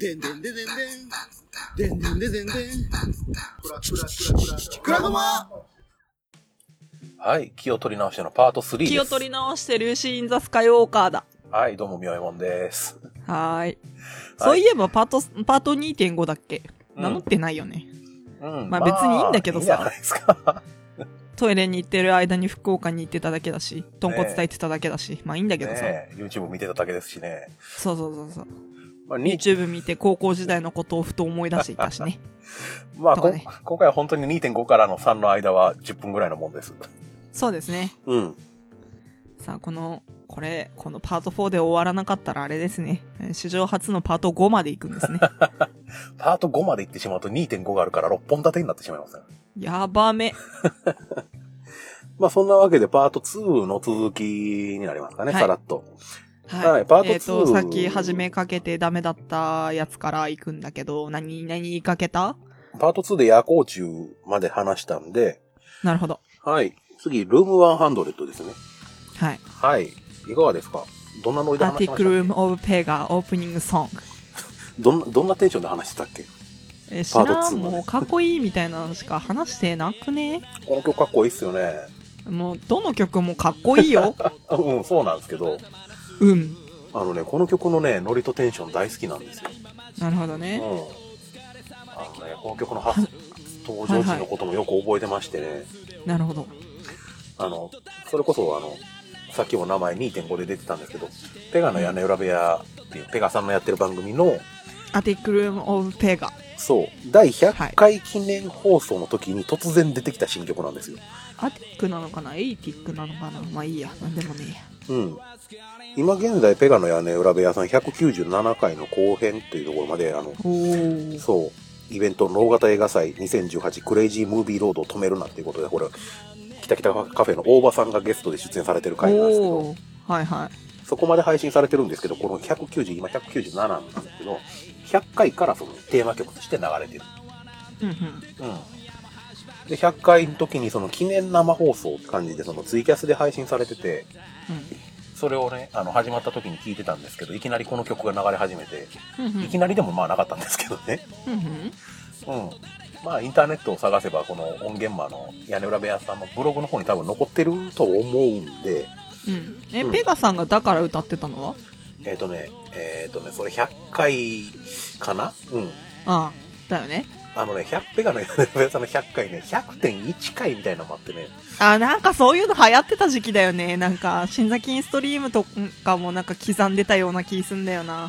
でんでんでんでんでんでんでんでんでんでんクラゴマ。 はい、気を取り直してのパート3です。 気を取り直してルーシー・イン・ザ・スカイ・ウォーカーだ。 はい、どうもみよえもんです。 はい。そういえばパート 2.5 だっけ、名乗ってないよね。まあ別にいいんだけどさ。いいんじゃないですか。トイレに行ってる間に福岡に行ってただけだし、豚骨炊いてただけだし、まあいいんだけどさ。 YouTube 見てただけですしね。 そう。まあ、YouTube 見て高校時代のことをふと思い出していたしね。 まあ、ね、今回は本当に 2.5 からの3の間は10分ぐらいのもんです。 そうですね。 うん。 さあ、このパート4で終わらなかったらあれですね。史上初のパート5まで行くんですね。 パート5まで行ってしまうと 2.5 があるから6本立てになってしまいますね。 やばめ。 まあそんなわけでパート2の続きになりますかね、はい、さらっと。 はい。パート2。さっき始めかけてダメだったやつから行くんだけど、何言いかけた？ パート2で夜光虫まで話したんで。 なるほど。 はい。次、ルーム100ですね。 はい。 はい。いかがですか？どんなノリで話しましたっけ？ アティックルームオブペガオープニングソング。 どんなテンションで話してたっけ？ 知らん、もうかっこいいみたいなのしか話してなくね？ この曲かっこいいっすよね。 もう、どの曲もかっこいいよ。 うん、そうなんですけど。 うん。 この曲のね、ノリとテンション大好きなんですよ。 なるほどね。 この曲の登場時のこともよく覚えてましてね。はいはい、 なるほど。 それこそさっきも名前 2.5 で出てたんですけど、ペガの屋根裏部屋っていうペガさんのやってる番組のアティックルームオブペガ。 そう。第100回記念放送の時に突然出てきた新曲なんですよ。 アティックなのかなエイティックなのかな、まあいいや。なんでもねえや。 うん。今現在ペガの屋根裏部屋さん197回の後編というところまで、そう。イベント、能型映画祭2018クレイジームービーロードを止めるなっていうことで、これ、キタキタカフェの大場さんがゲストで出演されてる回なんですけど。 はいはい。 そこまで配信されてるんですけど、この190、今197なんですけど、100回からそのテーマ曲として流れてる。 うん。 で、100回の時にその記念生放送って感じでそのツイキャスで配信されてて、それをね、始まった時に聞いてたんですけど、いきなりこの曲が流れ始めて、いきなりでもまあなかったんですけどね。まあインターネットを探せばこの音源も屋根裏部屋さんのブログの方に多分残ってると思うんで、 ペガさんがだから歌ってたのはそれ100回かな？ ああ、だよね。 ペガの屋根裏部屋さんの100回ね、100.1 回みたいなのもあってね。 なんかそういうの流行ってた時期だよね。なんか、新ザキンストリームとかもなんか刻んでたような気すんだよな。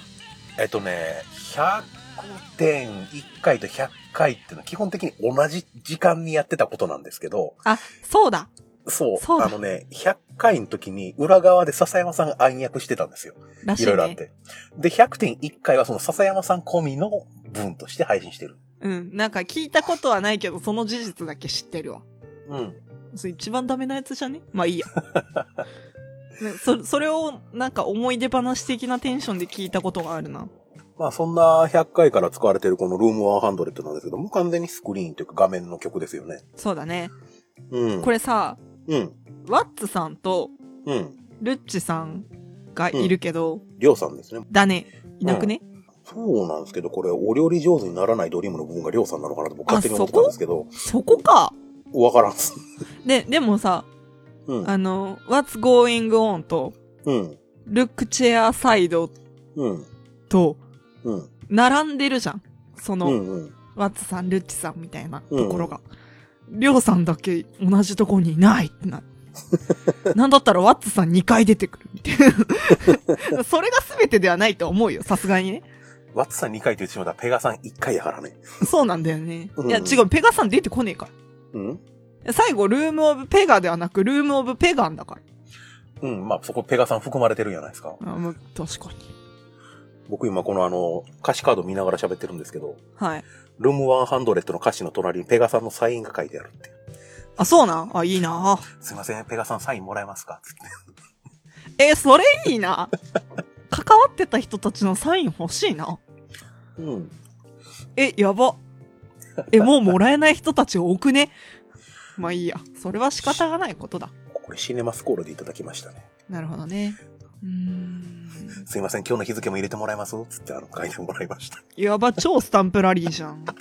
100.1 回と100回っていうのは基本的に同じ時間にやってたことなんですけど。 あ、そうだ。 そう。100回の時に裏側で笹山さんが暗躍してたんですよ。 らしいね。 いろいろあって。で、100.1 回はその笹山さん込みの分として配信してる。 なんか聞いたことはないけど、その事実だけ知ってるわ。それ一番ダメなやつじゃね？まあいいや。それをなんか思い出話的なテンションで聞いたことがあるな。 まあそんな100回から使われてるこのルーム100なんですけども、完全にスクリーンというか画面の曲ですよね。 そうだね。これさ、ワッツさんと、ルッチさんがいるけど、 りょうさんですね。 だね。いなくね？ そうなんですけど、これお料理上手にならないドリームの部分がりょうさんなのかなと僕勝手に思ってたんですけど。 そこか。 わからんす。 でもさ、What's Going On と、Look Chair Side と、並んでるじゃん。その、ワッツさん、ルッチさんみたいなところが。りょうさんだけ同じとこにいないってな。なんだったらワッツさん2回出てくるみたいな。それが全てではないと思うよ、さすがにね。 ワッツさん2回って言ってしまったらペガさん1回やからね。 そうなんだよね。いや違う、ペガさん出てこねえから。最後、ルームオブペガではなく、ルームオブペガンだから。 まあそこペガさん含まれてるじゃないですか。 確かに。 僕今この歌詞カード見ながら喋ってるんですけど。 はい。 ルーム100の歌詞の隣にペガさんのサインが書いてあるっていう。 あ、そうなん？あ、いいな。 すいません、ペガさんサインもらえますかつって。 それいいな。関わってた人たちのサイン欲しいな。やば。もうもらえない人たち多くね？まあいいや。それは仕方がないことだ。 これシネマスコールでいただきましたね。 なるほどね。 すいません、今日の日付も入れてもらえますつって書いてもらいました。 やば、超スタンプラリーじゃん。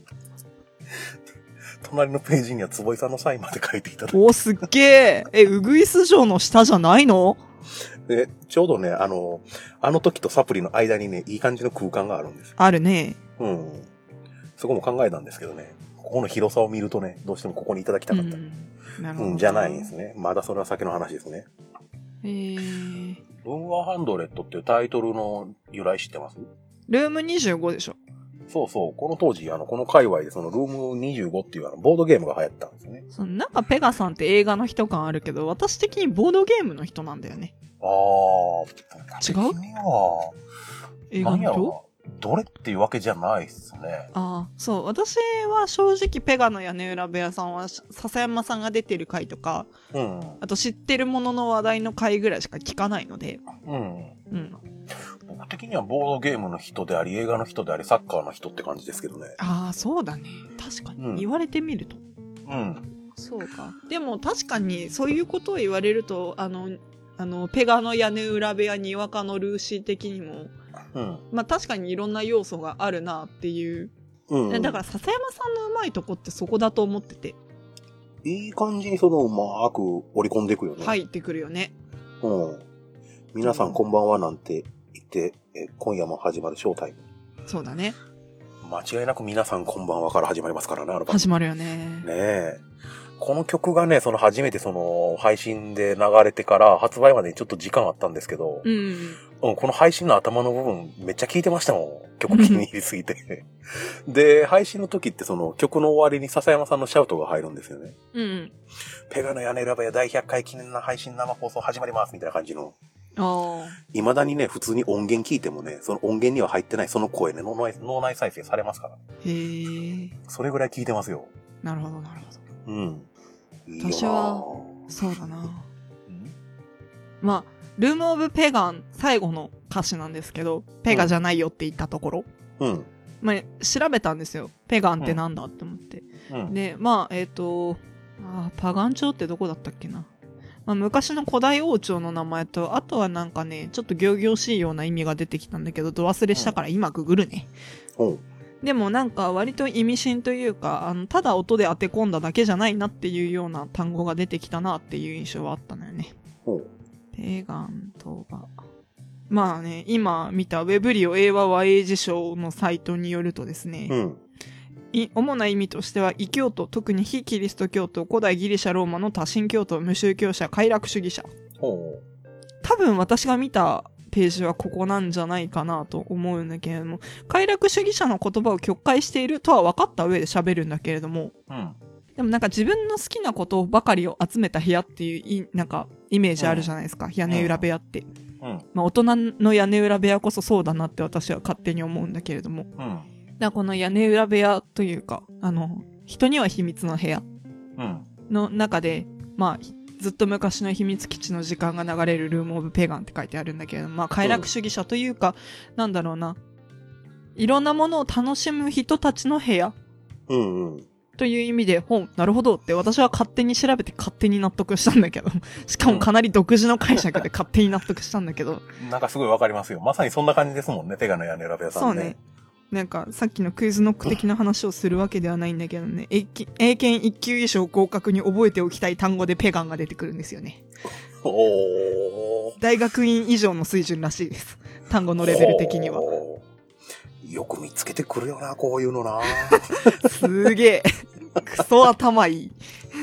隣のページには坪井さんのサインまで書いていただいて。 お、すっげえ。ウグイス城の下じゃないの？ ちょうどね、あの時とサプリの間にね、いい感じの空間があるんですよ。 あるね。 うん。そこも考えたんですけどね、ここの広さを見るとね、どうしてもここにいただきたかった。 なるほど。 じゃないですね。まだそれは先の話ですね。ルーム100っていうタイトルの由来知ってます？ ルーム25でしょ。 そうそう。この当時、この界隈でそのルーム25っていうボードゲームが流行ったんですよね。 なんかペガさんって映画の人感あるけど、私的にボードゲームの人なんだよね。 違う？ 映画の人？ どれっていうわけじゃないっすね。 そう。私は正直ペガの屋根裏部屋さんは笹山さんが出てる回とか、あと知ってるものの話題の回ぐらいしか聞かないので。 僕的にはボードゲームの人であり、映画の人であり、サッカーの人って感じですけどね。 そうだね。確かに。言われてみると。そうか。でも確かにそういうことを言われると、ペガの屋根裏部屋にわかのルーシー的にも、まあ確かにいろんな要素があるなっていう。だから笹山さんのうまいとこってそこだと思ってて。 いい感じにうまく織り込んでいくよね。 入ってくるよね。 皆さんこんばんはなんて言って、今夜も始まるショータイム。 そうだね。 間違いなく皆さんこんばんはから始まりますからね、 始まるよね。 ねえ。この曲がね、初めて配信で流れてから発売までにちょっと時間あったんですけど、この配信の頭の部分めっちゃ聴いてましたもん。曲気に入りすぎて。で、配信の時って曲の終わりに笹山さんのシャウトが入るんですよね。ペガの屋根裏部屋第100回記念の配信生放送始まりますみたいな感じの。未だにね、普通に音源聞いてもね、その音源には入ってないその声ね、脳内再生されますから。それぐらい聞いてますよ。 なるほど、なるほど。 私は、そうだな。まあ、ルームオブペガン最後の歌詞なんですけど、ペガじゃないよって言ったところ。まあ、調べたんですよ。ペガンってなんだって思って。で、まあ、パガン朝ってどこだったっけな。まあ、昔の古代王朝の名前と、あとはなんかね、ちょっと仰々しいような意味が出てきたんだけど、ど忘れしたから今ググるね。でもなんか割と意味深というか、ただ音で当て込んだだけじゃないなっていうような単語が出てきたなっていう印象はあったのよね。ペガンとは。まあね、今見たウェブリオ英和和英辞書のサイトによるとですね、主な意味としては異教徒、特に非キリスト教徒、古代ギリシャローマの多神教徒、無宗教者、快楽主義者。多分私が見たページはここなんじゃないかなと思うんだけれども、快楽主義者の言葉を曲解しているとは分かった上で喋るんだけれども、でもなんか自分の好きなことばかりを集めた部屋っていうなんかイメージあるじゃないですか、屋根裏部屋って。まあ大人の屋根裏部屋こそそうだなって私は勝手に思うんだけれども、だからこの屋根裏部屋というか、人には秘密の部屋の中で、まあずっと昔の秘密基地の時間が流れるルームオブペガンって書いてあるんだけれども、まあ快楽主義者というか、なんだろうな、いろんなものを楽しむ人たちの部屋という意味で、なるほどって私は勝手に調べて勝手に納得したんだけど、しかもかなり独自の解釈で勝手に納得したんだけど、 なんかすごいわかりますよ。まさにそんな感じですもんね、ペガの屋根裏部屋さんね。 そうね。なんかさっきのクイズノック的な話をするわけではないんだけどね、英検1級以上合格に覚えておきたい単語でペガンが出てくるんですよね。大学院以上の水準らしいです。単語のレベル的には。 よく見つけてくるよな、こういうのな。 すげえ。クソ頭いい。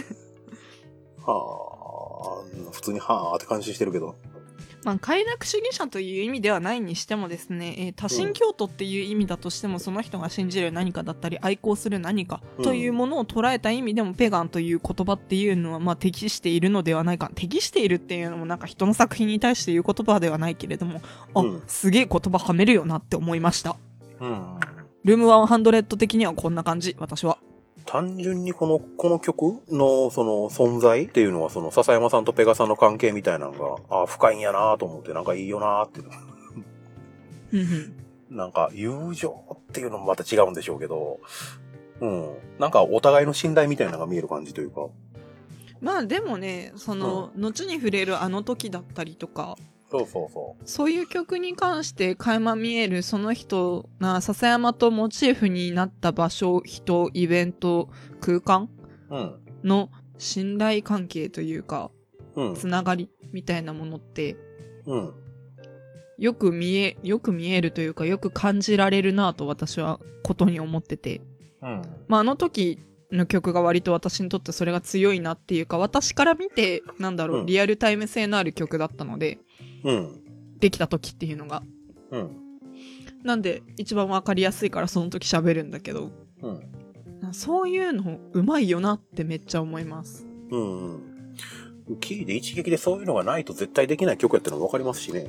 普通にはーって感じしてるけど。 まあ、快楽主義者という意味ではないにしてもですね、多神教徒っていう意味だとしても、その人が信じる何かだったり愛好する何かというものを捉えた意味でも、ペガンという言葉っていうのはまあ適しているのではないか。適しているっていうのもなんか人の作品に対して言う言葉ではないけれども、すげえ言葉はめるよなって思いました。ルーム100的にはこんな感じ、私は。 単純にこの曲のその存在っていうのは、その笹山さんとペガさんの関係みたいなのが、深いんやなと思って、なんかいいよなっていう。なんか友情っていうのもまた違うんでしょうけど、なんかお互いの信頼みたいなのが見える感じというか。 まあでもね、後に触れるあの時だったりとか、 そうそうそう。 そういう曲に関して垣間見えるその人な、笹山とモチーフになった場所、人、イベント、空間の信頼関係というか、つながりみたいなものって、よく見えるというか、よく感じられるなと私はことに思ってて。まあ、あの時の曲が割と私にとってそれが強いなっていうか、私から見て、リアルタイム性のある曲だったので、できた時っていうのが。なんで、一番わかりやすいからその時喋るんだけど、そういうのうまいよなってめっちゃ思います。 キーで一撃でそういうのがないと絶対できない曲やってのもわかりますしね。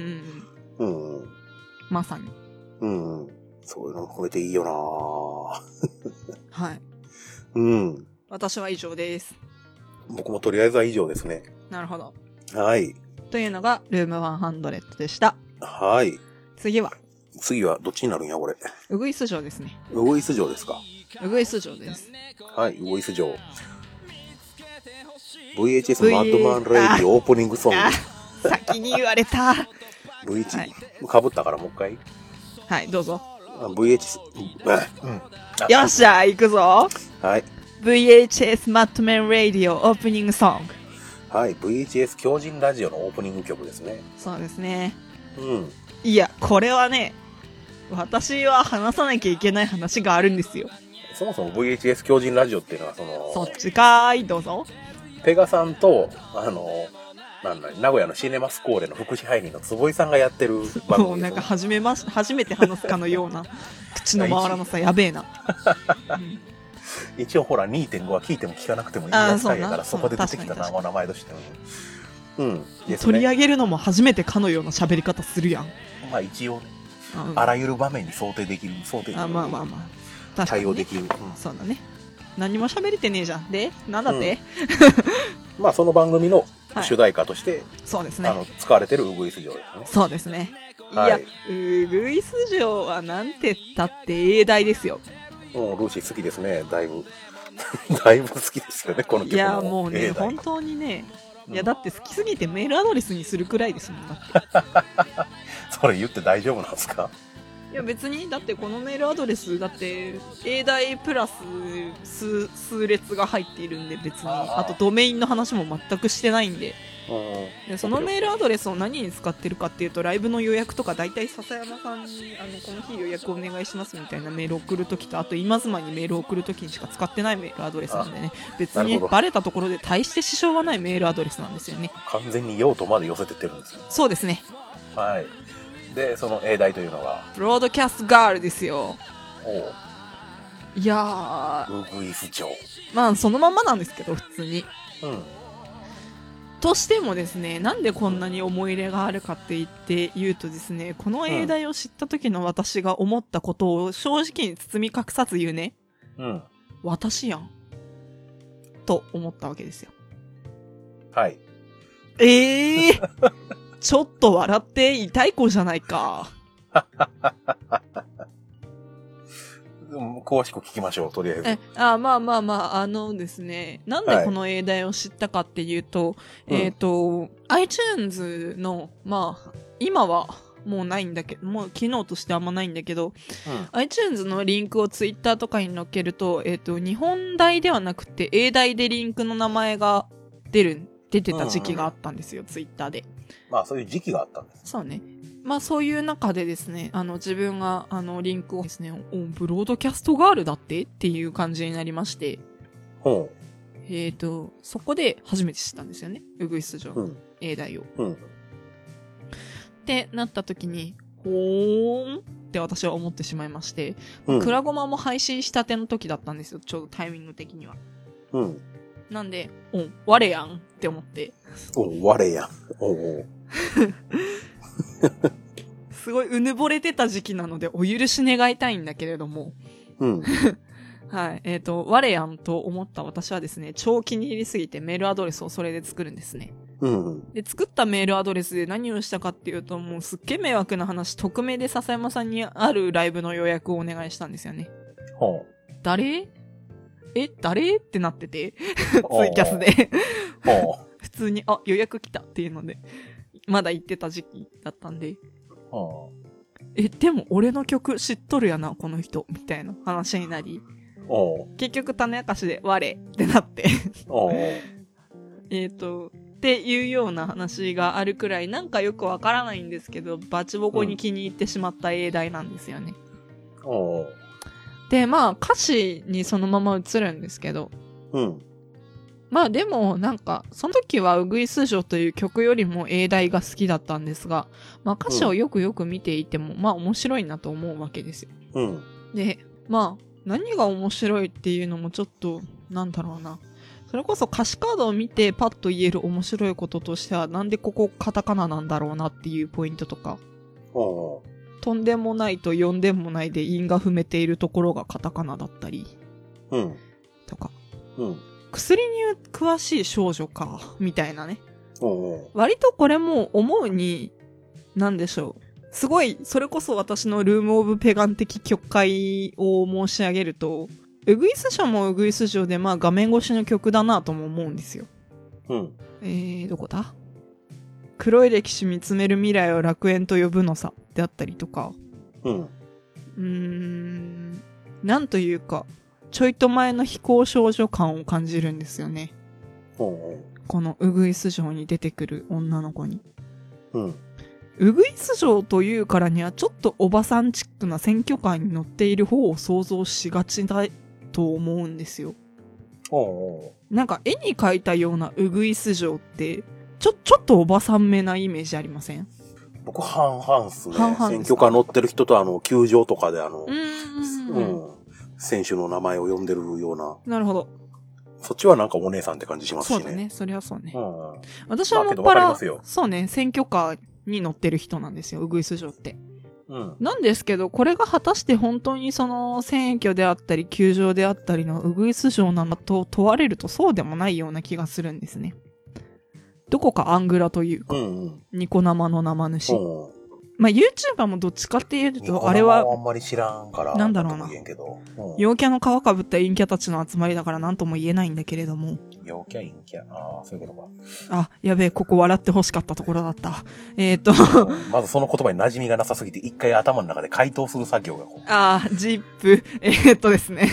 まさに。 そういうのも含めていいよなはい。私は以上です。 僕もとりあえずは以上ですね。 なるほど。 はい。 というのがルーム100でした。 はい。 次はどっちになるんやこれ。 ウグイス城ですね。 ウグイス城ですか。 ウグイス城です。 はい、ウグイス城。VHS マッドマンレイディオープニングソング。先に言われた。 VHS、かぶったからもう一回。 はい、どうぞ。 VHS、 よっしゃ、行くぞ。 はい。 VHS マッドマンレイディオオープニングソング。 はい、VHS 狂人ラジオのオープニング曲ですね。 そうですね。いや、これはね、私は話さなきゃいけない話があるんですよ。 そもそも VHS 狂人ラジオっていうのはそっちかーい、どうぞ。 ペガさんと、名古屋のシネマスコーレの副支配人の坪井さんがやってる番組。 もうなんか初めて話すかのような口の回らなさやべえな。 一応ほら 2.5 は聞いても聞かなくてもいいやつやから、そこで出てきた名前としても。 取り上げるのも初めてかのような喋り方するやん。 まあ一応ね、あらゆる場面に想定できる。 まあ。 対応できる。 そうだね。何も喋れてねえじゃん。で、なんだって、 まあその番組の主題歌として、 そうですね。 使われてるウグイス城ですね。 そうですね。いや、ウグイス城はなんて言ったって英大ですよ。 ルーシー好きですね、だいぶ。だいぶ好きですよね、この曲の。 いや、もうね、本当にね、いや、だって好きすぎてメールアドレスにするくらいですもん、だって。 それ言って大丈夫なんですか？ いや別に、だってこのメールアドレス、だって、英大プラス数列が入っているんで別に、あとドメインの話も全くしてないんで、でそのメールアドレスを何に使ってるかっていうと、ライブの予約とか大体笹山さんにこの日予約お願いしますみたいなメール送るときと、あと今妻にメール送るときにしか使ってないメールアドレスなんでね、別にバレたところで大して支障はないメールアドレスなんですよね。 完全に用途まで寄せてってるんですよ。 そうですね。 はい。でその英大というのがブロードキャストガールですよ。いやー、ウグイス城、 まあそのまんまなんですけど普通に、としてもですね、なんでこんなに思い入れがあるかって言うとですね、この英大を知った時の私が思ったことを正直に包み隠さず言うね、私やんと思ったわけですよ。 はい。 ちょっと笑って痛い子じゃないか。 詳しく聞きましょう、とりあえず。 ですね、なんでこの英大を知ったかっていうと、iTunes の、今はもうないんだけど、もう機能としてあんまないんだけど、iTunes のリンクを Twitter とかに載っけると、日本大ではなくて英大でリンクの名前が出てた時期があったんですよ、Twitter で。 まあそういう時期があったんです。 そうね。まあそういう中でですね、自分がリンクをですね、ブロードキャストガールだってっていう感じになりまして、そこで初めて知ったんですよね、ウグイス城、英大を。ってなった時に、ほーんって私は思ってしまいまして、クラゴマも配信したての時だったんですよ、ちょうどタイミング的には。なんで、我やんって思って。 我やん。 すごいうぬぼれてた時期なのでお許し願いたいんだけれども。はい。我やんと思った私はですね、超気に入りすぎてメールアドレスをそれで作るんですね。で、作ったメールアドレスで何をしたかっていうと、もうすっげえ迷惑な話、匿名で笹山さんにあるライブの予約をお願いしたんですよね。誰ってなってて、ツイキャスで。普通に、予約来たっていうので、 まだ言ってた時期だったんで。でも俺の曲知っとるやな、この人。みたいな話になり。結局種明かしで我ってなって。っていうような話があるくらい、なんかよくわからないんですけど、バチボコに気に入ってしまった英題なんですよね。で、まあ歌詞にそのまま映るんですけど。まあでもなんか、その時はウグイス城という曲よりも英題が好きだったんですが、まあ歌詞をよくよく見ていても、まあ面白いなと思うわけですよ。で、まあ何が面白いっていうのもちょっと、なんだろうな。それこそ歌詞カードを見てパッと言える面白いこととしては、なんでここカタカナなんだろうなっていうポイントとか、とんでもないと呼んでもないで韻が踏めているところがカタカナだったり、とか、薬に詳しい少女か、みたいなね。割とこれも思うに、なんでしょう。すごい、それこそ私のルームオブペガン的曲解を申し上げると、ウグイス城もウグイス城で、まあ画面越しの曲だなとも思うんですよ。どこだ？黒い歴史見つめる未来を楽園と呼ぶのさ、であったりとか。なんというか、ちょいと前の非行少女感を感じるんですよね。このウグイス城に出てくる女の子に。ウグイス城というからにはちょっとおばさんチックな選挙カーに乗っている方を想像しがちだと思うんですよ。なんか絵に描いたようなウグイス城ってちょっとおばさんめなイメージありません？ 僕半々っすね。選挙カー乗ってる人と球場とかで選手の名前を呼んでるような。 なるほど。 そっちはなんかお姉さんって感じしますしね。 そうだね。そりゃそうね。私はもっぱら、そうね、選挙カーに乗ってる人なんですよ、ウグイス城って。なんですけど、これが果たして本当にその選挙であったり、球場であったりのウグイス城なのと問われるとそうでもないような気がするんですね。どこかアングラというか、ニコ生の生主。まあ、YouTuber もどっちかっていうと、あれは、 あんまり知らんから、 なんだろうな。陽キャの皮かぶった陰キャたちの集まりだから何とも言えないんだけれども。 陽キャ、陰キャ。ああ、そういうことか。 あ、やべえ、ここ笑って欲しかったところだった。 まずその言葉に馴染みがなさすぎて、一回頭の中で回答する作業が。 ジップ。ですね。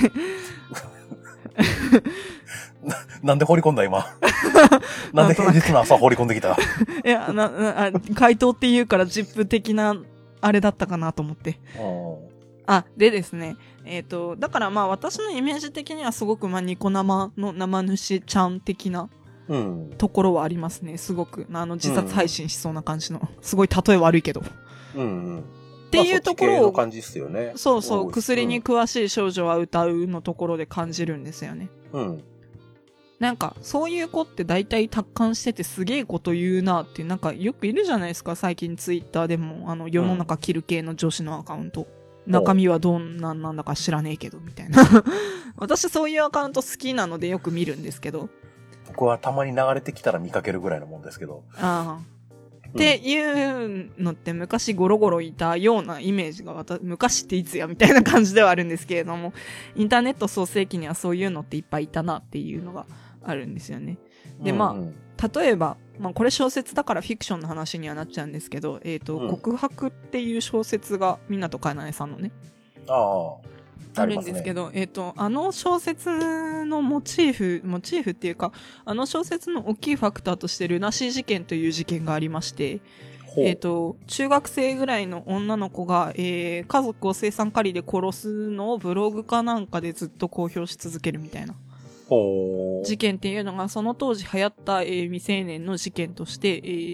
なんで放り込んだ今。なんで平日の朝放り込んできた。 いや、回答って言うからジップ的な、あれだったかなと思って。でですね。だからまあ私のイメージ的にはすごくまあニコ生の生主ちゃん的なところはありますね。すごく。自殺配信しそうな感じの。すごい例え悪いけど。っていうところを、そうそう、薬に詳しい少女は歌うのところで感じるんですよね。なんか、そういう子って大体達観しててすげえこと言うなっていう、なんかよくいるじゃないですか、最近ツイッターでも、世の中切る系の女子のアカウント。中身はどんなんなんだか知らねえけど、みたいな。私そういうアカウント好きなのでよく見るんですけど。 僕はたまに流れてきたら見かけるぐらいのもんですけど。 っていうのって昔ゴロゴロいたようなイメージが昔っていつやみたいな感じではあるんですけれども、インターネット創世期にはそういうのっていっぱいいたなっていうのがあるんですよね。で、まあ、例えば、まあこれ小説だからフィクションの話にはなっちゃうんですけど、告白っていう小説が湊かなえさんのね。あるんですけど、小説のモチーフっていうか、小説の大きいファクターとしてルナシー事件という事件がありまして、中学生ぐらいの女の子が、家族を青酸カリで殺すのをブログかなんかでずっと公表し続けるみたいな。事件っていうのがその当時流行った、未成年の事件として、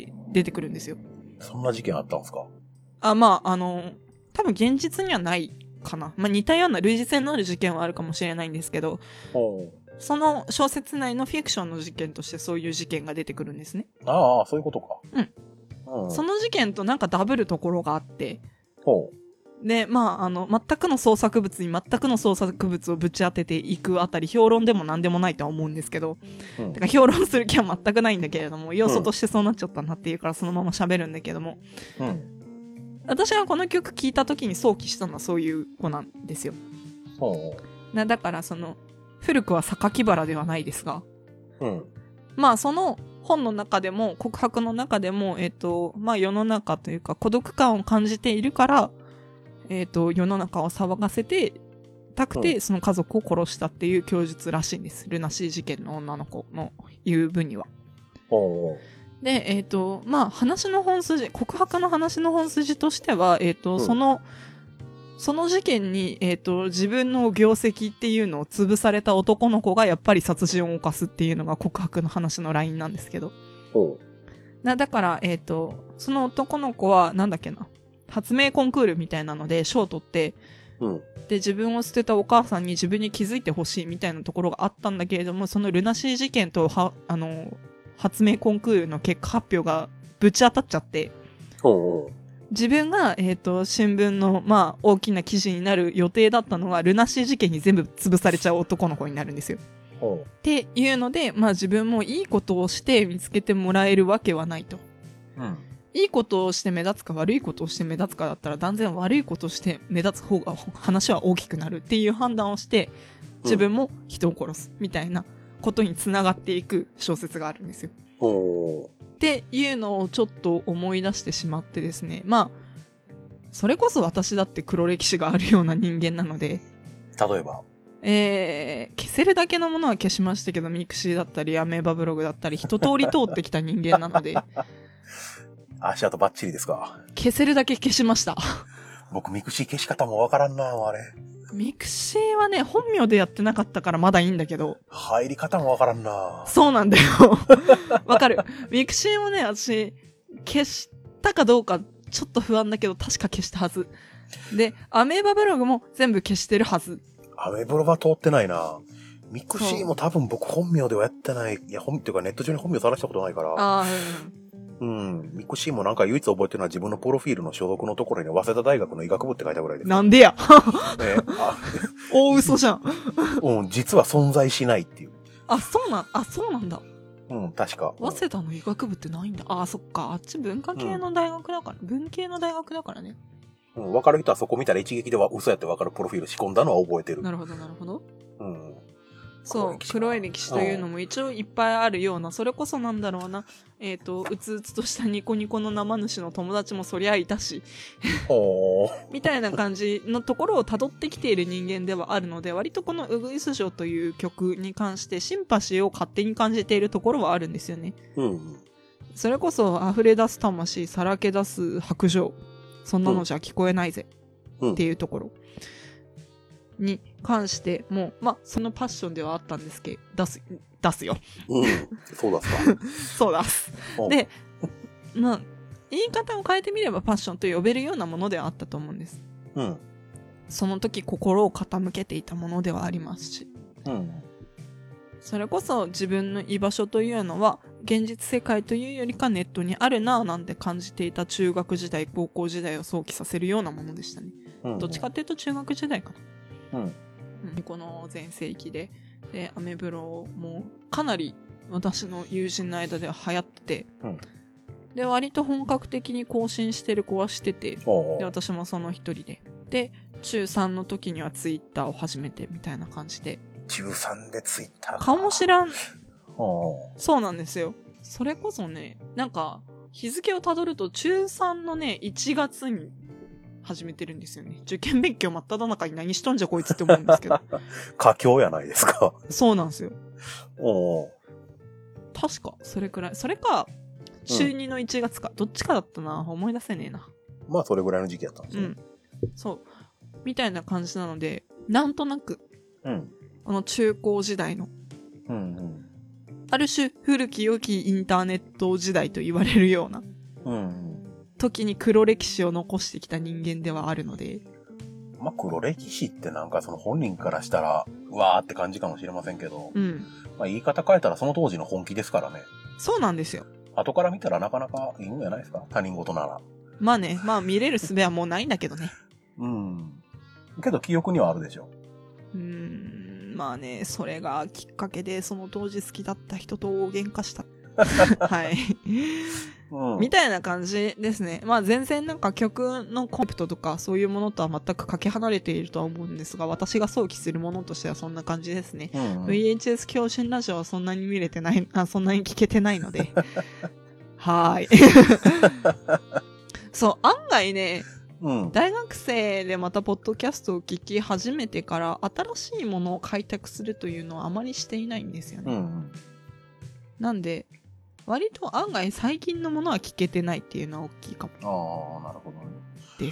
出てくるんですよ。 そんな事件あったんですか？ まあ、多分現実にはないかな。まあ、似たような類似性のある事件はあるかもしれないんですけど、その小説内のフィクションの事件としてそういう事件が出てくるんですね。 そういうことか。 その事件となんかダブるところがあって、で、まあ、全くの創作物に全くの創作物をぶち当てていくあたり、評論でも何でもないとは思うんですけど、だから評論する気は全くないんだけれども、要素としてそうなっちゃったなっていうからそのまま喋るんだけども、私がこの曲聴いた時に想起したのはそういう子なんですよ。だから古くは榊原ではないですが、まあその本の中でも、告白の中でも、まあ世の中というか孤独感を感じているから、世の中を騒がせて、たくて、その家族を殺したっていう供述らしいんです。ルナシー事件の女の子の言う分には。で、まあ、話の本筋、告白の話の本筋としては、その事件に、自分の業績っていうのを潰された男の子がやっぱり殺人を犯すっていうのが告白の話のラインなんですけど。だから、その男の子は、なんだっけな、発明コンクールみたいなので賞を取って、で、自分を捨てたお母さんに自分に気づいてほしいみたいなところがあったんだけれども、そのルナシー事件と発明コンクールの結果発表がぶち当たっちゃって、自分が、新聞の、まあ、大きな記事になる予定だったのが、ルナシー事件に全部潰されちゃう男の子になるんですよ。っていうので、まあ自分もいいことをして見つけてもらえるわけはないと。いいことをして目立つか悪いことをして目立つかだったら断然悪いことをして目立つ方が話は大きくなるっていう判断をして自分も人を殺すみたいなことにつながっていく小説があるんですよ。っていうのをちょっと思い出してしまってですね。まあ、それこそ私だって黒歴史があるような人間なので。 例えば消せるだけのものは消しましたけど、ミクシーだったりアメーバブログだったり一通り通ってきた人間なので。 足跡バッチリですか。 消せるだけ消しました。 僕ミクシー消し方もわからんなあれ。 ミクシーはね、本名でやってなかったからまだいいんだけど。 入り方もわからんな。 そうなんだよ。わかる。ミクシーもね、私、消したかどうかちょっと不安だけど、確か消したはず。で、アメーバブログも全部消してるはず。 アメブロは通ってないな。ミクシーも多分僕本名ではやってない。いや、っていうかネット上に本名さらしたことないから。ミクシーもなんか唯一覚えてるのは自分のプロフィールの所属のところに早稲田大学の医学部って書いたぐらいです。 なんでや大嘘じゃん。 実は存在しないっていう。 そうなんだ。 確か。 早稲田の医学部ってないんだ。そっか。あっち文化系の大学だから、文系の大学だからね。 分かる人はそこ見たら一撃では嘘やって分かるプロフィール仕込んだのは覚えてる。 なるほど。そう、黒い歴史というのも一応いっぱいあるような、それこそなんだろうな、うつうつとしたニコニコの生主の友達もそりゃいたし、みたいな感じのところを辿ってきている人間ではあるので、割とこのウグイス城という曲に関してシンパシーを勝手に感じているところはあるんですよね。それこそ溢れ出す魂、さらけ出す白状、そんなのじゃ聞こえないぜ、っていうところ。に関しても、まあ、そのパッションではあったんですけど、出すよ。 そうだすか。 そうだす。で、まあ、言い方を変えてみればパッションと呼べるようなものではあったと思うんです。その時心を傾けていたものではありますし。それこそ自分の居場所というのは、現実世界というよりかネットにあるなぁなんて感じていた中学時代、高校時代を想起させるようなものでしたね。どっちかっていうと中学時代かな。この全盛期で、アメブロもかなり私の友人の間では流行ってて、で、割と本格的に更新してる子はしてて、で、私もその一人で。で、中3の時にはツイッターを始めてみたいな感じで。 中3でツイッターかもしらん。そうなんですよ。それこそね、なんか、日付をたどると中3のね、1月に始めてるんですよね。受験勉強真っ只中に何しとんじゃこいつって思うんですけど。 佳境やないですか。 そうなんですよ。確か、それくらい。それか、中2の1月か。どっちかだったな。思い出せねえな。 まあ、それぐらいの時期やったんですね。 そう。みたいな感じなので、なんとなく、この中高時代の、ある種古き良きインターネット時代と言われるような、時に黒歴史を残してきた人間ではあるので。 まあ、黒歴史ってなんかその本人からしたら、うわーって感じかもしれませんけど、まあ、言い方変えたらその当時の本気ですからね。 そうなんですよ。後から見たらなかなかいいんじゃないですか、他人事なら。 まあね、まあ見れる術はもうないんだけどね。 けど記憶にはあるでしょ。 まあね、それがきっかけでその当時好きだった人と大喧嘩した。 はい。みたいな感じですね。まあ全然なんか曲のコンセプトとかそういうものとは全くかけ離れているとは思うんですが、私が想起するものとしてはそんな感じですね。VHS 狂信ラジオはそんなに見れてない、そんなに聞けてないので。はーい。そう、案外ね、大学生でまたポッドキャストを聞き始めてから新しいものを開拓するというのはあまりしていないんですよね。なんで、割と案外最近のものは聞けてないっていうのは大きいかも。 ああ、なるほどね。 です。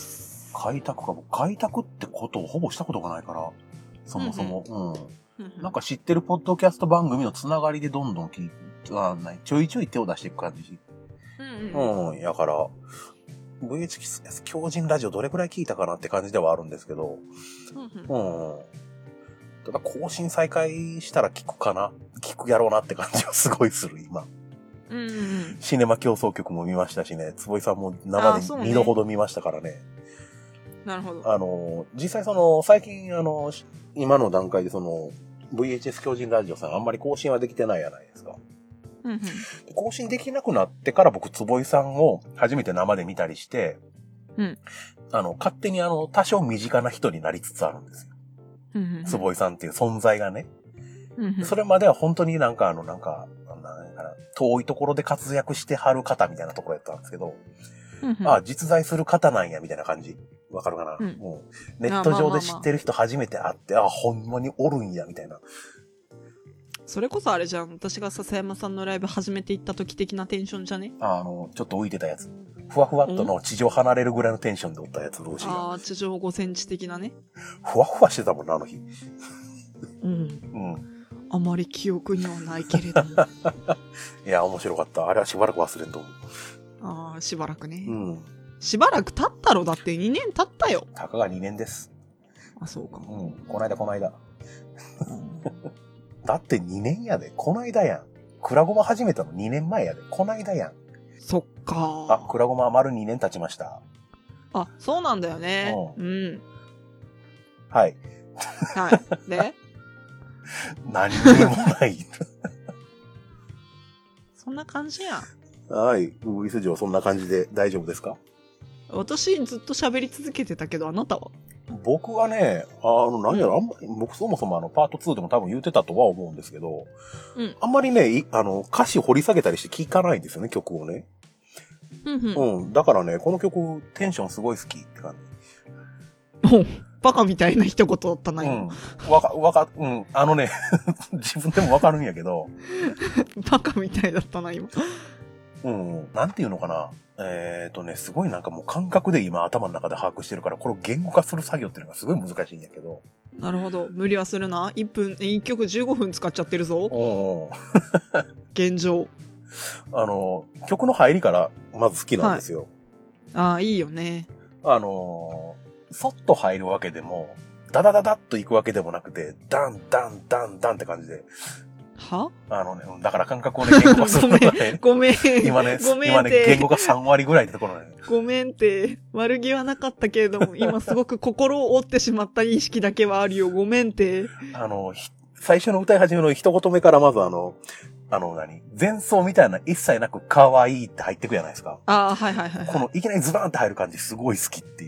開拓か。開拓ってことをほぼしたことがないから、そもそも。なんか知ってるポッドキャスト番組のつながりでどんどんちょいちょい手を出していく感じ。やから、VHS 狂人ラジオどれくらい聞いたかなって感じではあるんですけど、ただ更新再開したら聞くかな。聞くやろうなって感じはすごいする、今。シネマ競争曲も見ましたしね、坪井さんも生で2度ほど見ましたからね。 なるほど。 実際最近今の段階でVHS 狂人ラジオさんあんまり更新はできてないじゃないですか。更新できなくなってから僕、坪井さんを初めて生で見たりして、勝手に多少身近な人になりつつあるんですよ。坪井さんっていう存在がね。それまでは本当に遠いところで活躍してはる方みたいなところやったんですけど、実在する方なんやみたいな感じ。わかるかな、ネット上で知ってる人初めて会って、ほんまにおるんやみたいな。 それこそあれじゃん。私が笹山さんのライブ初めて行った時的なテンションじゃね？ ちょっと浮いてたやつ。ふわふわっとの地上離れるぐらいのテンションでおったやつ、老子が。 地上5センチ的なね。 ふわふわしてたもんな、あの日。 あまり記憶にはないけれども。 いや、面白かった。あれはしばらく忘れんと思う。しばらくね。しばらく経ったろ。だって2年経ったよ。 たかが2年です。 そうか。 こないだ。だって2年やで。こないだやん。クラゴマ始めたの2年前やで。こないだやん。 そっか。 クラゴマ丸2年経ちました。 そうなんだよね。 はい。 はい。で何にもない。 そんな感じやん。 はい。ウグイス嬢そんな感じで大丈夫ですか？ 私ずっと喋り続けてたけど、あなたは？ 僕はね、何やろ、僕そもそもパート2でも多分言ってたとは思うんですけど、あんまりね、歌詞掘り下げたりして聞かないんですよね、曲をね。だからね、この曲、テンションすごい好きって感じ。バカみたいな一言だったな、今。 自分でもわかるんやけど。 バカみたいだったな、今。 なんていうのかな。すごいなんかもう感覚で今頭の中で把握してるから、これを言語化する作業っていうのがすごい難しいんやけど。 なるほど。無理はするな。1曲15分使っちゃってるぞ。現状。 曲の入りからまず好きなんですよ。 いいよね。 そっと入るわけでも、ダダダダッと行くわけでもなくて、ダンダンダンダンって感じで。だから感覚をね、言語化するのがね。 ごめん。 今ね、言語化3割ぐらいってところね。 ごめんって、悪気はなかったけれども、今すごく心を折ってしまった意識だけはあるよ。ごめんって。 最初の歌い始めの一言目からまず前奏みたいな一切なく可愛いって入ってくじゃないですか。 はい。 このいきなりズバーンって入る感じすごい好きっていう。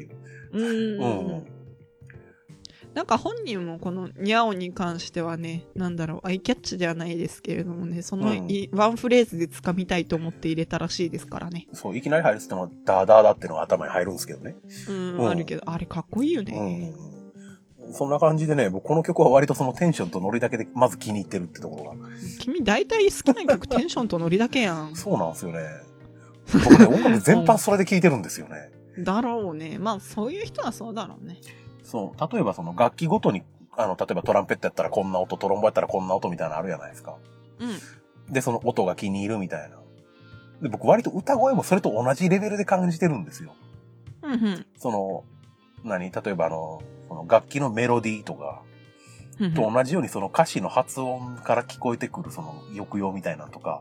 なんか本人もこのニャオに関してはね、アイキャッチではないですけれどもね、そのワンフレーズで掴みたいと思って入れたらしいですからね。 そう、いきなり入るって言っても、ダーダーダっていうのが頭に入るんですけどね。 あるけど、あれかっこいいよね。 そんな感じでね、僕この曲は割とそのテンションとノリだけでまず気に入ってるってところが。 君大体好きな曲テンションとノリだけやん。 そうなんですよね。僕ね、音楽全般それで聴いてるんですよね。 だろうね。まあそういう人はそうだろうね。 そう。例えばその楽器ごとに、例えばトランペットやったらこんな音、トロンボやったらこんな音みたいなのあるじゃないですか。で、その音が気に入るみたいな。で、僕割と歌声もそれと同じレベルで感じてるんですよ。例えばその楽器のメロディーとか、と同じようにその歌詞の発音から聞こえてくるその抑揚みたいなのとか。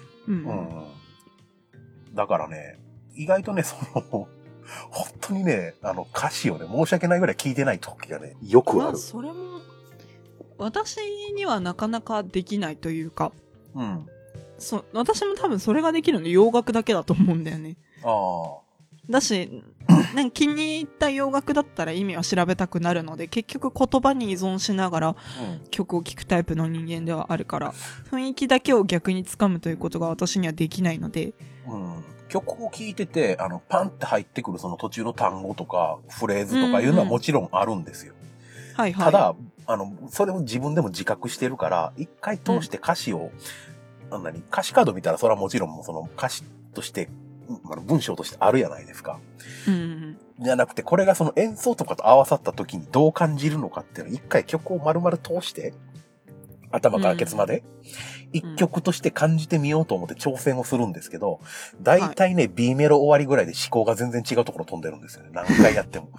だからね、意外とね、本当にね、歌詞をね、申し訳ないぐらい聞いてない時がね、よくある。 それも、私にはなかなかできないというか、 私も多分それができるの洋楽だけだと思うんだよね。だし、なんか気に入った洋楽だったら意味は調べたくなるので、結局言葉に依存しながら曲を聴くタイプの人間ではあるから、雰囲気だけを逆につかむということが私にはできないので。 曲を聴いてて、パンって入ってくるその途中の単語とかフレーズとかいうのはもちろんあるんですよ。はいはい。ただ、それを自分でも自覚してるから、一回通して歌詞を、歌詞カード見たらそれはもちろんその歌詞として、文章としてあるやないですか。じゃなくて、これがその演奏とかと合わさった時にどう感じるのかっていうのを一回曲を丸々通して、頭からケツまで、一曲として感じてみようと思って挑戦をするんですけど、大体ね、B メロ終わりぐらいで思考が全然違うところ飛んでるんですよね。何回やっても。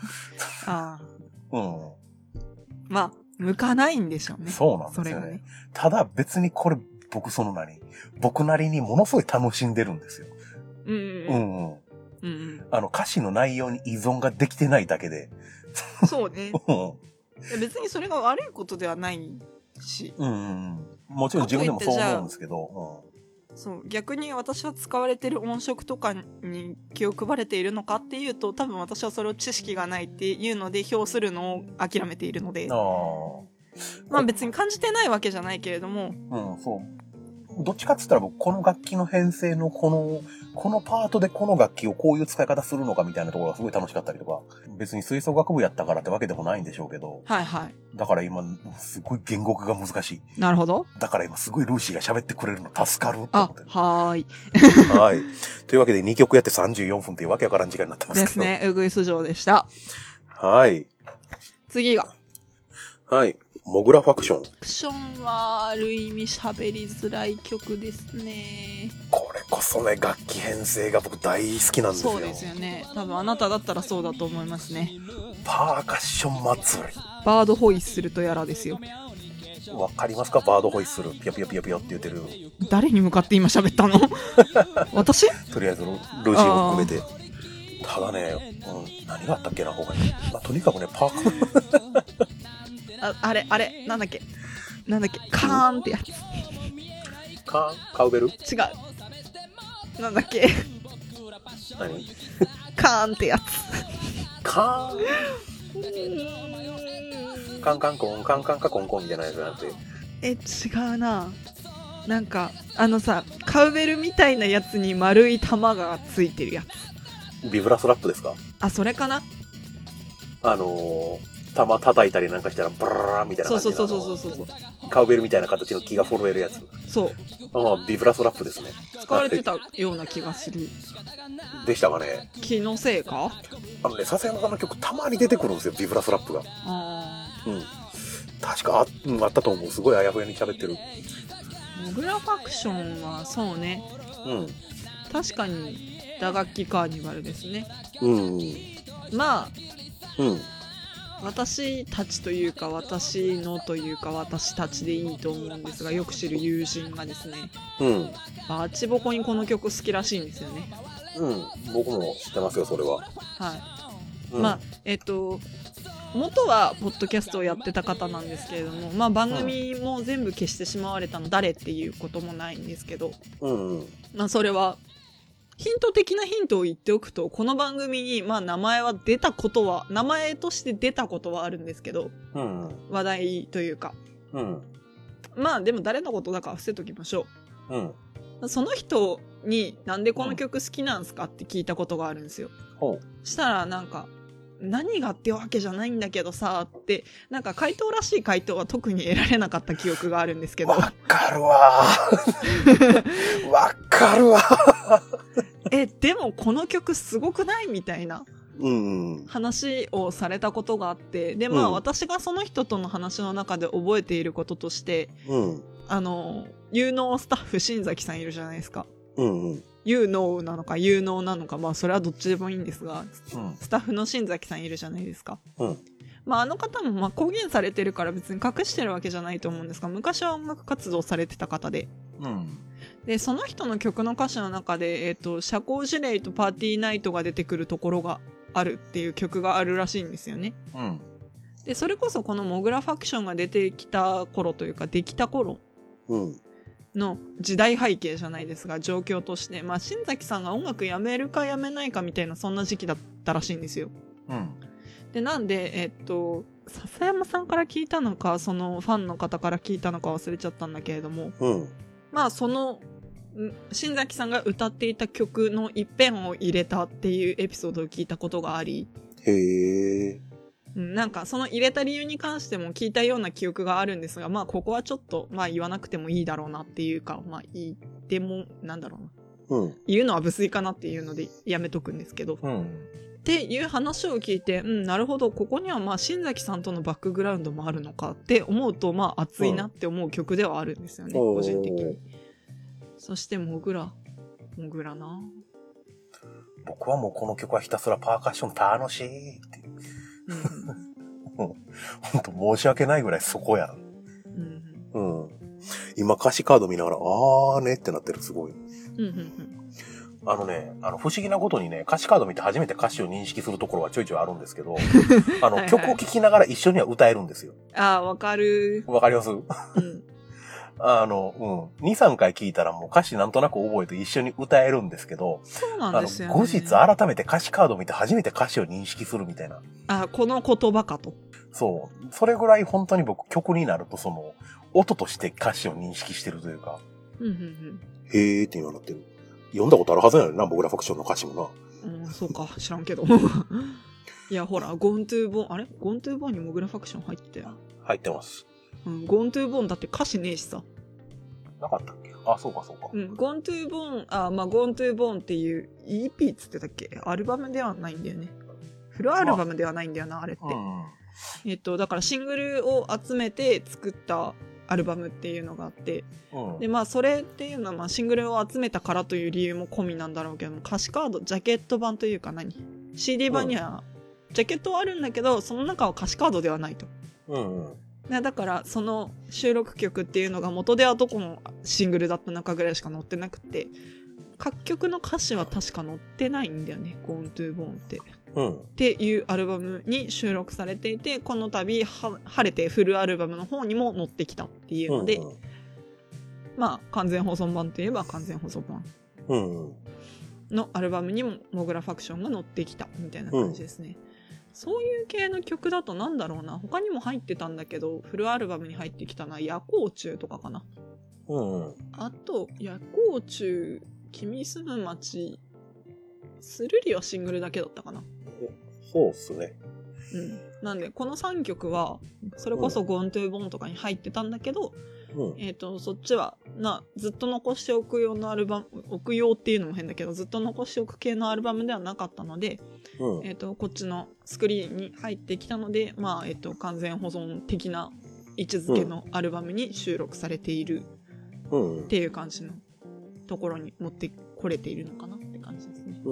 まあ、向かないんでしょうね。 そうなんですよね。ただ別にこれ、僕なりにものすごい楽しんでるんですよ。歌詞の内容に依存ができてないだけで。 そうね。別にそれが悪いことではないし。 もちろん自分でもそう思うんですけど。 そう、逆に私は使われてる音色とかに気を配れているのかっていうと、多分私はそれを知識がないっていうので評するのを諦めているので。まあ別に感じてないわけじゃないけれども。 そう。どっちかって言ったら僕、この楽器の編成のこのパートでこの楽器をこういう使い方するのかみたいなところがすごい楽しかったりとか、別に吹奏楽部やったからってわけでもないんでしょうけど。はいはい。だから今、すごい言語化が難しい。 なるほど。 だから今すごいルーシーが喋ってくれるの助かると思ってる。 はーい。 はい。というわけで2曲やって34分っていうわけわからん時間になってますけど。 ですね。うぐいす城でした。 はい。 次が。 はい。モグラファクション。 ファクションはある意味喋りづらい曲ですね。 これこそね、楽器編成が僕大好きなんですよ。 そうですよね。多分あなただったらそうだと思いますね。 パーカッション祭り。 バードホイッスルとやらですよ。 わかりますか？バードホイッスル。ピヨピヨピヨピヨって言ってる。 誰に向かって今喋ったの？私？ とりあえずルーシーを含めて。ただね、何があったっけな、他に。とにかくね、パーカー。 あれ、なんだっけ、カーンってやつ。 カウベル？違う。なんだっけ。 何？ カーンってやつ。 カンカンコン、カンカンカコンコンみたいなやつなんて。 違うな。なんか、カウベルみたいなやつに丸い玉がついてるやつ。ビブラスラップですか？ それかな？ 玉叩いたりなんかしたらブラーみたいな感じで。そう。カウベルみたいな形の木が震えるやつ。 そう。 ビブラスラップですね。 使われてたような気がする。 でしたかね。 気のせいか？ 笹山さんの曲たまに出てくるんですよ、ビブラスラップが。確かあったと思う。すごいあやふやに喋ってる。 モグラファクションはそうね。確かに打楽器カーニバルですね。まあ。私たちというか私のというか私たちでいいと思うんですが、よく知る友人がですね、バチボコにこの曲好きらしいんですよね。 僕も知ってますよ、それは。 はい。まあ元はポッドキャストをやってた方なんですけれども、まあ番組も全部消してしまわれたの誰っていうこともないんですけど、まあそれはヒント的なヒントを言っておくと、この番組に、まあ名前として出たことはあるんですけど、話題というか。まあでも誰のことだか伏せときましょう。その人になんでこの曲好きなんすかって聞いたことがあるんですよ。したらなんか、何がってわけじゃないんだけどさって、なんか回答らしい回答は特に得られなかった記憶があるんですけど。 わかるわでもこの曲すごくないみたいな話をされたことがあって、でまあ私がその人との話の中で覚えていることとして、有能スタッフ新崎さんいるじゃないですか。有能なのか有能なのか、まあそれはどっちでもいいんですが、スタッフの新崎さんいるじゃないですか。まああの方もまあ公言されてるから別に隠してるわけじゃないと思うんですが、昔は音楽活動されてた方で、でその人の曲の歌詞の中で、社交辞令とパーティーナイトが出てくるところがあるっていう曲があるらしいんですよね。でそれこそこのモグラファクションが出てきた頃というかできた頃の時代背景じゃないですが、状況として、まあ、新崎さんが音楽やめるかやめないかみたいな、そんな時期だったらしいんですよ。 うん。 で、なんで、笹山さんから聞いたのか、そのファンの方から聞いたのか忘れちゃったんだけれども、 うん。まあ、新崎さんが歌っていた曲の一編を入れたっていうエピソードを聞いたことがあり、 へー。 なんかその入れた理由に関しても聞いたような記憶があるんですが、まあここはちょっとまあ言わなくてもいいだろうなっていうか、まあ言ってもなんだろうな、うん、言うのは無粋かなっていうのでやめとくんですけど、うん、っていう話を聞いて、なるほど、ここにはまあ新崎さんとのバックグラウンドもあるのかって思うと、まあ熱いなって思う曲ではあるんですよね、個人的に。そしてモグラな。 僕はもうこの曲はひたすらパーカッション楽しいっていう。本当申し訳ないぐらいそこやん。うん。今歌詞カード見ながら、ねってなってる、すごい。不思議なことにね、歌詞カード見て初めて歌詞を認識するところはちょいちょいあるんですけど、はいはい、曲を聴きながら一緒には歌えるんですよ。 わかる。 わかります？うん。2、3回聞いたらもう歌詞なんとなく覚えて一緒に歌えるんですけど、 そうなんですよね。 後日改めて歌詞カード見て初めて歌詞を認識するみたいな。 この言葉かと。 そう。それぐらい本当に僕曲になるとその、音として歌詞を認識してるというか。へーって今なってる。読んだことあるはずなのにな、僕らファクションの歌詞もな。そうか、知らんけど。いや、ほら、ゴントゥーボーン、あれゴントゥーボーンにモグラファクション入ってたよ。 入ってます。 ゴントゥーボーンだって歌詞ねえしさ。 なかったっけ？そうかそうか。 ゴントゥーボーン、ゴントゥーボーンっていう EP っつってたっけ？アルバムではないんだよね。フルアルバムではないんだよな、あれって。だからシングルを集めて作ったアルバムっていうのがあって、で、まあそれっていうのはシングルを集めたからという理由も込みなんだろうけども、歌詞カード、ジャケット版というかCD 版にはジャケットはあるんだけど、その中は歌詞カードではないと。だからその収録曲っていうのが元ではどこのシングルだった中ぐらいしか載ってなくて、各曲の歌詞は確か載ってないんだよね、Gone to Bone って、っていうアルバムに収録されていて、この度晴れてフルアルバムの方にも載ってきたっていうので、まあ完全保存版といえば完全保存版のアルバムにもモグラファクションが載ってきたみたいな感じですね。そういう系の曲だとなんだろうな、他にも入ってたんだけど、フルアルバムに入ってきたのは夜光虫とかかな。あと夜光虫、君住む街、スルリはシングルだけだったかな。 そうっすね。 なんでこの3曲はそれこそゴントゥーボンとかに入ってたんだけど、そっちはずっと残しておく用のアルバム、置く用っていうのも変だけどずっと残しておく系のアルバムではなかったので、こっちのスクリーンに入ってきたので、まあ完全保存的な位置づけのアルバムに収録されているっていう感じのところに持ってこれているのかなって感じですね。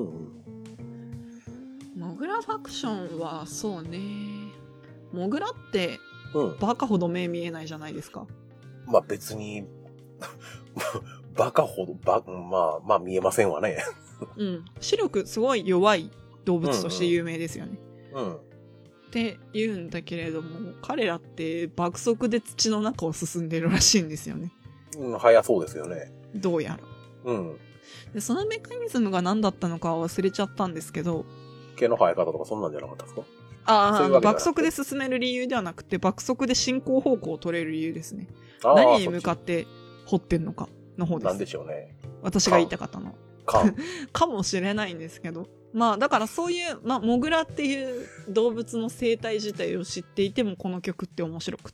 モグラファクションはそうね、モグラってバカほど目見えないじゃないですか。 まあ別にバカほどまあ見えませんわね。 視力すごい弱い動物として有名ですよね。って言うんだけれども、彼らって爆速で土の中を進んでるらしいんですよね。 早そうですよね。 どうやら。でそのメカニズムが何だったのかは忘れちゃったんですけど。 毛の生え方とかそんなんじゃなかったですか？ 爆速で進める理由ではなくて、爆速で進行方向を取れる理由ですね。何に向かって掘ってんのかの方です。 なんでしょうね。 私が言いたかったの。かもしれないんですけど。まあだからそういう、モグラっていう動物の生態自体を知っていてもこの曲って面白くって。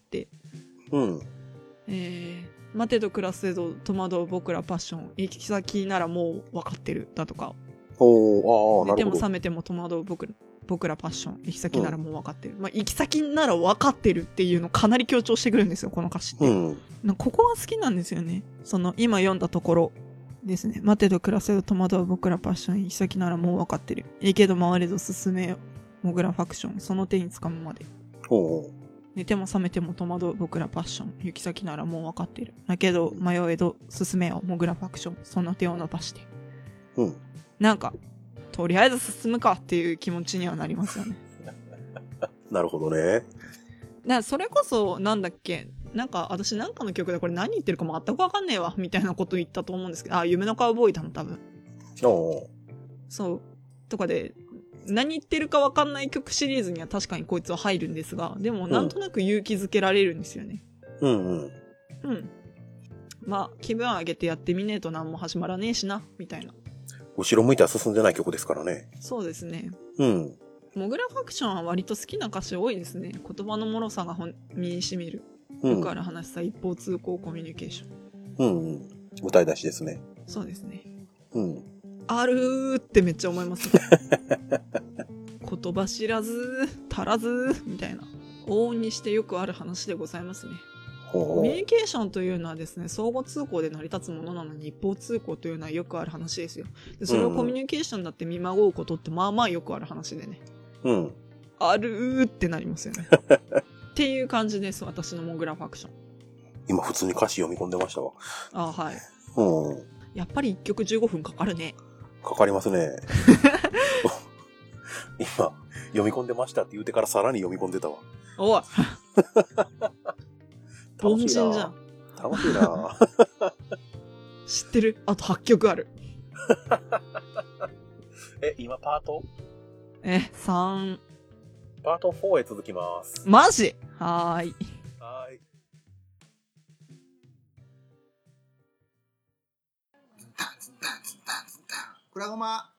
待てど暮らせど戸惑う僕らパッション、行き先ならもう分かってるだとか。寝ても覚めても戸惑う僕らパッション、行き先ならもう分かってる。行き先なら分かってるっていうのをかなり強調してくるんですよ、この歌詞って。ここが好きなんですよね。その今読んだところですね。待てど暮らせど戸惑う僕らパッション、行き先ならもう分かってる。いいけど回れど進めよ。モグラファクション、その手につかむまで。寝ても覚めても戸惑う僕らパッション、行き先ならもう分かってる。だけど迷えど進めよ。モグラファクション、その手を伸ばして。なんかとりあえず進むかっていう気持ちにはなりますよね。 なるほどね。 それこそなんだっけ、 なんか私なんかの曲でこれ何言ってるか全くわかんねえわ、みたいなこと言ったと思うんですけど、夢のカウボーイだの多分。そう。とかで、何言ってるかわかんない曲シリーズには確かにこいつは入るんですが、でもなんとなく勇気づけられるんですよね。まあ、気分上げてやってみねえと何も始まらねえしな、みたいな。 後ろ向いては進んでない曲ですからね。 そうですね。モグラファクションは割と好きな歌詞多いですね。言葉の脆さが身に染みる。よくある話さ、一方通行コミュニケーション。 歌い出しですね。 そうですね。あるーってめっちゃ思いますね。言葉知らず、足らず、みたいな。往々にしてよくある話でございますね。コミュニケーションというのはですね、相互通行で成り立つものなのに一方通行というのはよくある話ですよ。でそれをコミュニケーションだって見まごうことってまあまあよくある話でね。あるーってなりますよね。っていう感じです、私のモグラファクション。今普通に歌詞読み込んでましたわ。 はい。やっぱり1曲15分かかるね。 かかりますね。今、読み込んでましたって言うてからさらに読み込んでたわ。 おい凡人じゃん。 楽しいな知ってる？あと8曲ある。 今パート 3。 パート4へ続きます。 マジ？はーい。 くらごま